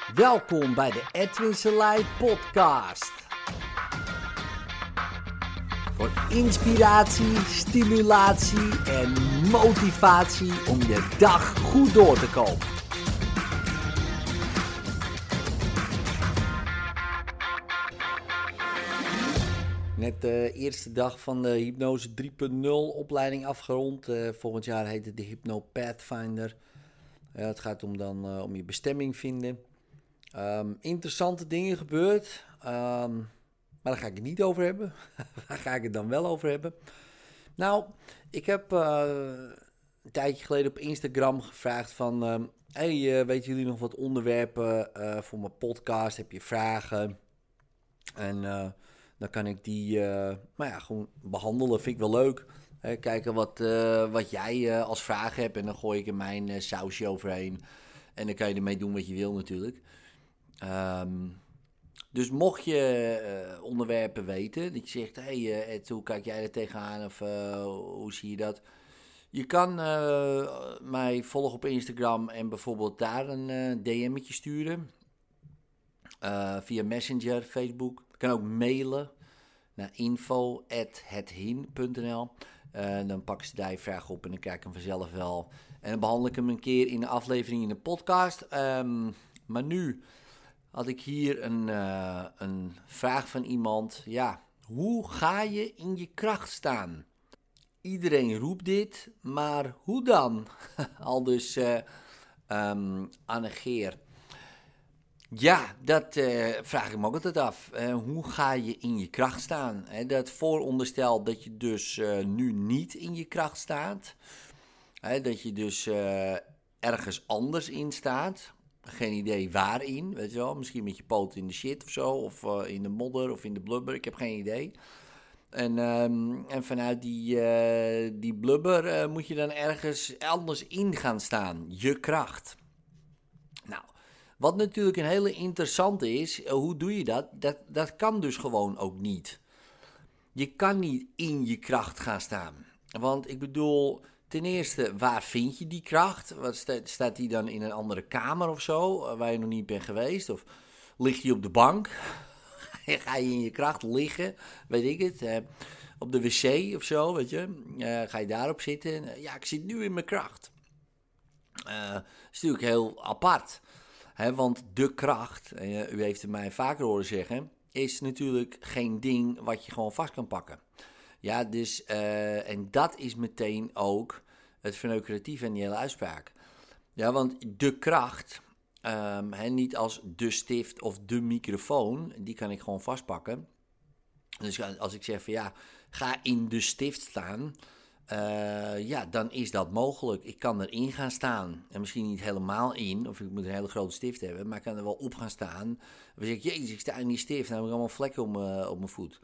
Welkom bij de Edwin Selei podcast. Voor inspiratie, stimulatie en motivatie om je dag goed door te komen. Net de eerste dag van de Hypnose 3.0 opleiding afgerond. Volgend jaar heet het de Hypno Pathfinder. Het gaat om je bestemming vinden. Interessante dingen gebeurd. Maar daar ga ik het niet over hebben. Waar ga ik het dan wel over hebben? Nou, ik heb een tijdje geleden op Instagram gevraagd van... weten jullie nog wat onderwerpen voor mijn podcast? Heb je vragen? En dan kan ik die gewoon behandelen. Vind ik wel leuk. Kijken wat jij als vraag hebt. En dan gooi ik er mijn sausje overheen. En dan kan je ermee doen wat je wil natuurlijk. Dus mocht je onderwerpen weten, dat je zegt, Ed, hoe kijk jij er tegenaan of hoe zie je dat? Je kan mij volgen op Instagram en bijvoorbeeld daar een DM'tje sturen. Via Messenger, Facebook. Je kan ook mailen naar info@hethin.nl. Dan pakken ze daar je vraag op en dan krijg ik hem vanzelf wel. En dan behandel ik hem een keer in de aflevering in de podcast. Maar nu had ik hier een vraag van iemand. Ja, hoe ga je in je kracht staan? Iedereen roept dit, maar hoe dan? Aldus Anne Geer. Ja, dat vraag ik me ook altijd af. Hoe ga je in je kracht staan? Dat vooronderstelt dat je dus nu niet in je kracht staat. Dat je dus ergens anders in staat. Geen idee waarin, weet je wel. Misschien met je poot in de shit of zo. Of in de modder of in de blubber. Ik heb geen idee. En vanuit die blubber moet je dan ergens anders in gaan staan. Je kracht. Nou, wat natuurlijk een hele interessante is. Hoe doe je dat? Dat kan dus gewoon ook niet. Je kan niet in je kracht gaan staan. Want ik bedoel... Ten eerste, waar vind je die kracht? Staat die dan in een andere kamer of zo, waar je nog niet bent geweest? Of lig je op de bank? Ga je in je kracht liggen? Weet ik het? Op de wc of zo, weet je? Ga je daarop zitten? Ja, ik zit nu in mijn kracht. Dat is natuurlijk heel apart. Want de kracht, u heeft het mij vaker horen zeggen, is natuurlijk geen ding wat je gewoon vast kan pakken. Ja, dus, en dat is meteen ook het verneukeratief en die hele uitspraak. Ja, want de kracht, niet als de stift of de microfoon, die kan ik gewoon vastpakken. Dus als ik zeg van ja, ga in de stift staan, dan is dat mogelijk. Ik kan erin gaan staan. En misschien niet helemaal in, of ik moet een hele grote stift hebben, maar ik kan er wel op gaan staan. Dan zeg ik, jezus, ik sta in die stift, dan heb ik allemaal vlekken op mijn voet.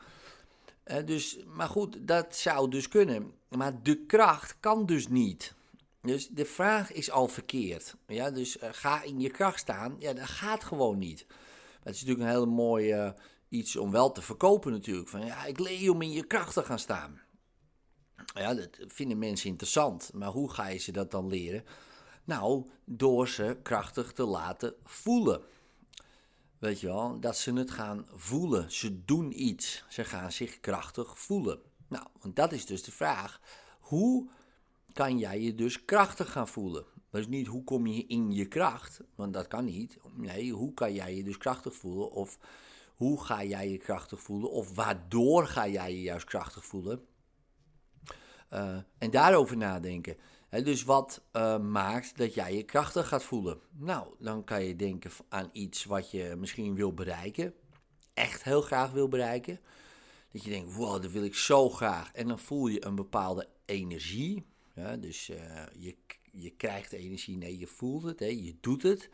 Maar goed, dat zou dus kunnen. Maar de kracht kan dus niet. Dus de vraag is al verkeerd. Ja, dus ga in je kracht staan. Ja, dat gaat gewoon niet. Maar het is natuurlijk een hele mooie iets om wel te verkopen natuurlijk. Van ja, ik leer je om in je kracht te gaan staan. Ja, dat vinden mensen interessant. Maar hoe ga je ze dat dan leren? Nou, door ze krachtig te laten voelen. Weet je wel, dat ze het gaan voelen. Ze doen iets. Ze gaan zich krachtig voelen. Nou, want dat is dus de vraag. Hoe kan jij je dus krachtig gaan voelen? Dus niet hoe kom je in je kracht, want dat kan niet. Nee, hoe kan jij je dus krachtig voelen? Of hoe ga jij je krachtig voelen? Of waardoor ga jij je juist krachtig voelen? En daarover nadenken. Dus wat maakt dat jij je krachtig gaat voelen? Nou, dan kan je denken aan iets wat je misschien wil bereiken. Echt heel graag wil bereiken. Dat je denkt, wow, dat wil ik zo graag. En dan voel je een bepaalde energie. Ja, dus je krijgt energie, nee, je voelt het, je doet het.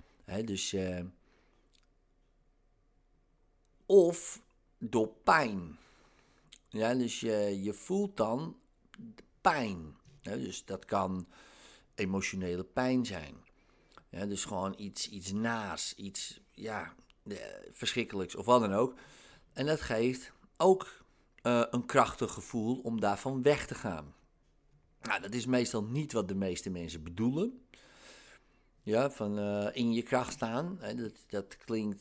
Of door pijn. Ja, dus je voelt dan pijn. Ja, dus dat kan emotionele pijn zijn. Ja, dus gewoon iets naars, iets verschrikkelijks of wat dan ook. En dat geeft ook een krachtig gevoel om daarvan weg te gaan. Nou, dat is meestal niet wat de meeste mensen bedoelen. Ja, van in je kracht staan. Hè, dat klinkt,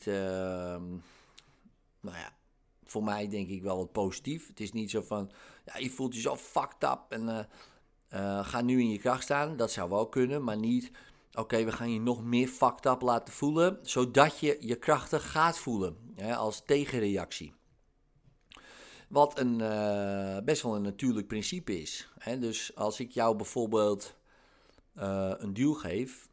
nou ja, voor mij denk ik wel wat positief. Het is niet zo van, ja, je voelt je zo fucked up en ga nu in je kracht staan. Dat zou wel kunnen, maar niet, oké, we gaan je nog meer fucked up laten voelen, zodat je je krachtig gaat voelen, hè, als tegenreactie. Wat best wel een natuurlijk principe is. Hè? Dus als ik jou bijvoorbeeld een duw geef,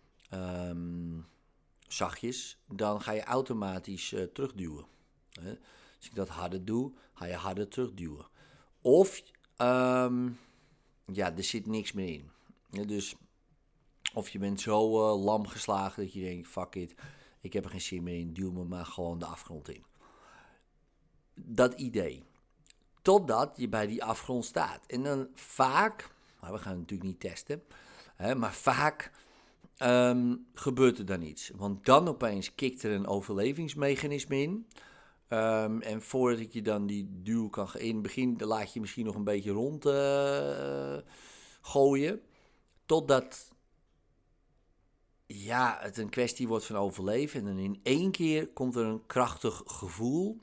zachtjes, dan ga je automatisch terugduwen. Hè? Als ik dat harder doe, ga je harder terugduwen. Of, ja, er zit niks meer in. Ja, dus, of je bent zo lam geslagen dat je denkt, fuck it, ik heb er geen zin meer in, duw me maar gewoon de afgrond in. Dat idee. Totdat je bij die afgrond staat. En dan vaak, maar we gaan het natuurlijk niet testen, hè, maar vaak gebeurt er dan iets. Want dan opeens kikt er een overlevingsmechanisme in. En voordat ik je dan die duw kan in het begin, dan laat je misschien nog een beetje rond gooien. Totdat ja, het een kwestie wordt van overleven. En dan in één keer komt er een krachtig gevoel.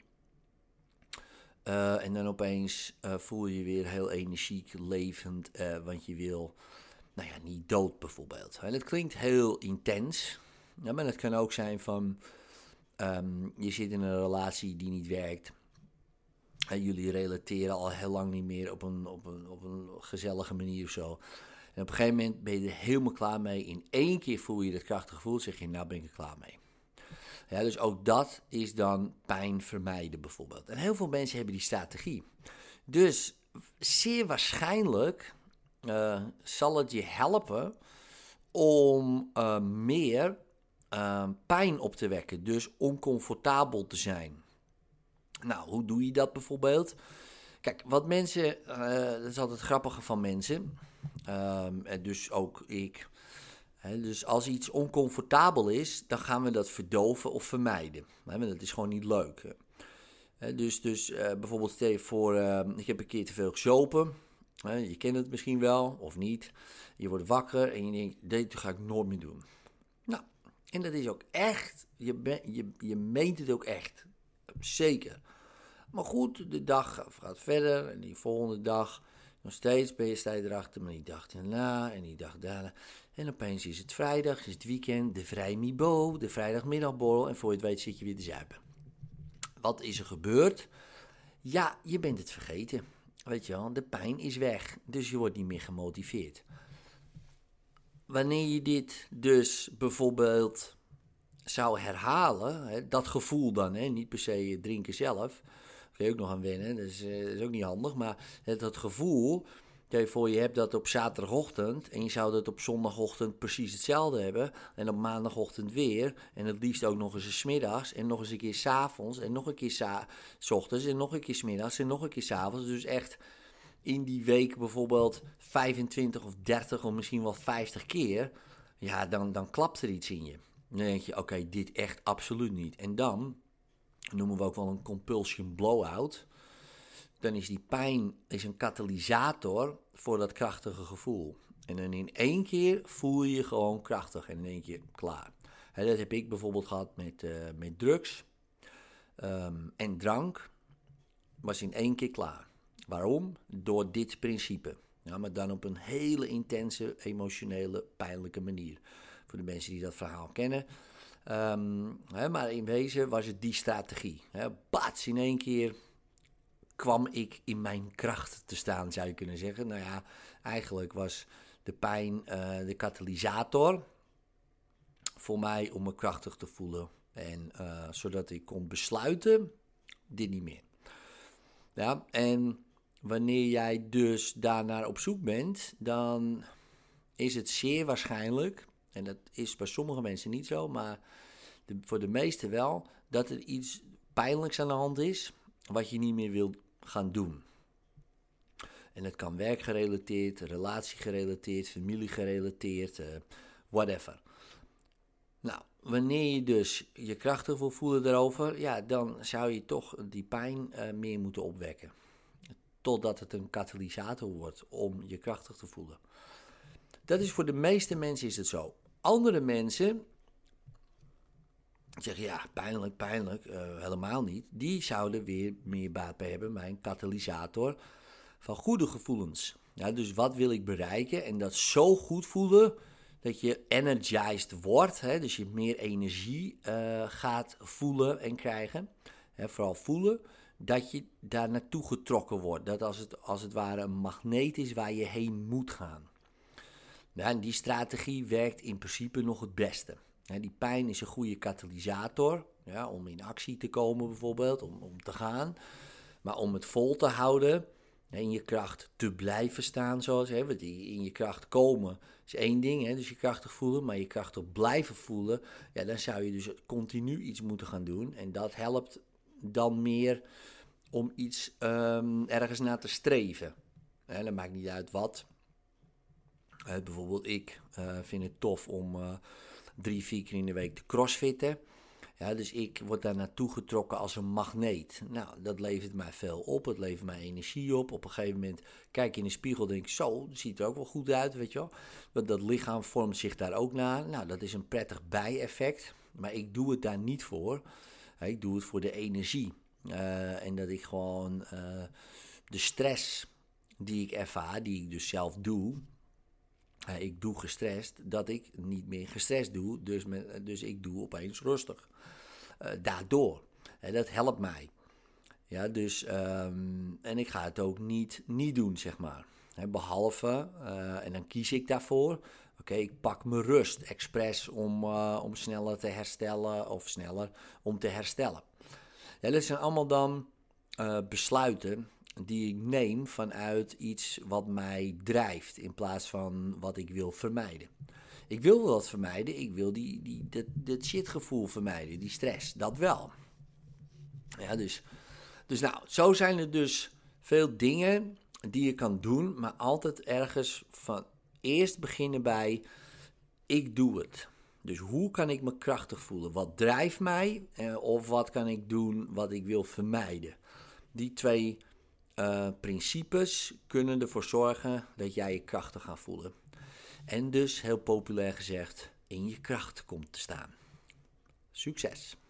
En dan opeens voel je je weer heel energiek, levend, want je wil, nou ja, niet dood bijvoorbeeld. En dat klinkt heel intens, ja, maar het kan ook zijn van, je zit in een relatie die niet werkt. Jullie relateren al heel lang niet meer op een gezellige manier of zo. En op een gegeven moment ben je er helemaal klaar mee. In één keer voel je dat krachtige gevoel, zeg je, nou ben ik er klaar mee. Ja, dus ook dat is dan pijn vermijden bijvoorbeeld. En heel veel mensen hebben die strategie. Dus zeer waarschijnlijk zal het je helpen om meer pijn op te wekken. Dus oncomfortabel te zijn. Nou, hoe doe je dat bijvoorbeeld? Kijk, wat mensen, dat is altijd het grappige van mensen, en dus ook ik. Dus als iets oncomfortabel is, dan gaan we dat verdoven of vermijden. Want dat is gewoon niet leuk. Dus bijvoorbeeld stel je voor, ik heb een keer te veel gezopen. Je kent het misschien wel, of niet. Je wordt wakker en je denkt, dit ga ik nooit meer doen. Nou, en dat is ook echt, je meent het ook echt. Zeker. Maar goed, de dag gaat verder en die volgende dag nog steeds sta je erachter, maar die dag daarna en die dag daarna. En opeens is het vrijdag, is het weekend, de vrijmibo, de vrijdagmiddagborrel en voor je het weet zit je weer te zuipen. Wat is er gebeurd? Ja, je bent het vergeten. Weet je wel, de pijn is weg, dus je wordt niet meer gemotiveerd. Wanneer je dit dus bijvoorbeeld zou herhalen, hè, dat gevoel dan, hè, niet per se drinken zelf, kun je ook nog aan wennen, dat is ook niet handig, maar dat gevoel, stel je voor je hebt dat op zaterdagochtend en je zou dat op zondagochtend precies hetzelfde hebben en op maandagochtend weer en het liefst ook nog eens 's middags en nog eens een keer 's avonds en nog een keer 's ochtends en nog een keer 's middags en nog een keer 's avonds, dus echt in die week bijvoorbeeld 25 of 30 of misschien wel 50 keer, ja, dan klapt er iets in je. Dan denk je, oké, dit echt absoluut niet. En dan noemen we ook wel een compulsion blowout. Dan is die pijn een katalysator voor dat krachtige gevoel. En dan in één keer voel je je gewoon krachtig en in één keer klaar. Dat heb ik bijvoorbeeld gehad met drugs en drank. Was in één keer klaar. Waarom? Door dit principe. Ja, maar dan op een hele intense, emotionele, pijnlijke manier. Voor de mensen die dat verhaal kennen. Maar in wezen was het die strategie. Bats, in één keer kwam ik in mijn kracht te staan, zou je kunnen zeggen. Nou ja, eigenlijk was de pijn de katalysator voor mij om me krachtig te voelen. En zodat ik kon besluiten, dit niet meer. Ja, en wanneer jij dus daarnaar op zoek bent, dan is het zeer waarschijnlijk, en dat is bij sommige mensen niet zo, maar voor de meesten wel, dat er iets pijnlijks aan de hand is, wat je niet meer wilt gaan doen. En het kan werkgerelateerd, relatiegerelateerd, familiegerelateerd, whatever. Nou, wanneer je dus je krachtig wil voelen daarover, ja, dan zou je toch die pijn meer moeten opwekken. Totdat het een katalysator wordt om je krachtig te voelen. Dat is voor de meeste mensen is het zo. Andere mensen zeggen, ja, pijnlijk, helemaal niet. Die zouden weer meer baat bij hebben bij een katalysator van goede gevoelens. Ja, dus wat wil ik bereiken? En dat zo goed voelen dat je energized wordt. Hè? Dus je meer energie gaat voelen en krijgen. Hè, vooral voelen dat je daar naartoe getrokken wordt. Dat als het ware een magneet is waar je heen moet gaan. Ja, en die strategie werkt in principe nog het beste. Ja, die pijn is een goede katalysator, ja, om in actie te komen bijvoorbeeld, om te gaan. Maar om het vol te houden, in je kracht te blijven staan, zoals in je kracht komen is één ding, dus je krachtig voelen, maar je krachtig blijven voelen, ja, dan zou je dus continu iets moeten gaan doen. En dat helpt dan meer om iets ergens naar te streven. Dat maakt niet uit wat. Bijvoorbeeld ik vind het tof om 3-4 keer in de week te crossfitten. Ja, dus ik word daar naartoe getrokken als een magneet. Nou, dat levert mij veel op. Het levert mij energie op. Op een gegeven moment kijk ik in de spiegel en denk ik, zo, dat ziet er ook wel goed uit, weet je wel. Want dat lichaam vormt zich daar ook naar. Nou, dat is een prettig bijeffect. Maar ik doe het daar niet voor. Ik doe het voor de energie. En dat ik gewoon de stress die ik ervaar, die ik dus zelf doe. Ik doe gestrest, dat ik niet meer gestrest doe, dus ik doe opeens rustig. Daardoor. Dat helpt mij. Ja, dus, en ik ga het ook niet doen, zeg maar. Behalve, en dan kies ik daarvoor, oké, ik pak mijn rust expres om sneller te herstellen of sneller om te herstellen. Ja, dat zijn allemaal dan besluiten die ik neem vanuit iets wat mij drijft in plaats van wat ik wil vermijden. Ik wil dat vermijden, ik wil dat shitgevoel vermijden, die stress, dat wel. Ja, dus nou, zo zijn er dus veel dingen die je kan doen, maar altijd ergens van eerst beginnen bij, ik doe het. Dus hoe kan ik me krachtig voelen? Wat drijft mij? Of wat kan ik doen wat ik wil vermijden? Die twee principes kunnen ervoor zorgen dat jij je krachtig gaat voelen. En dus, heel populair gezegd, in je kracht komt te staan. Succes!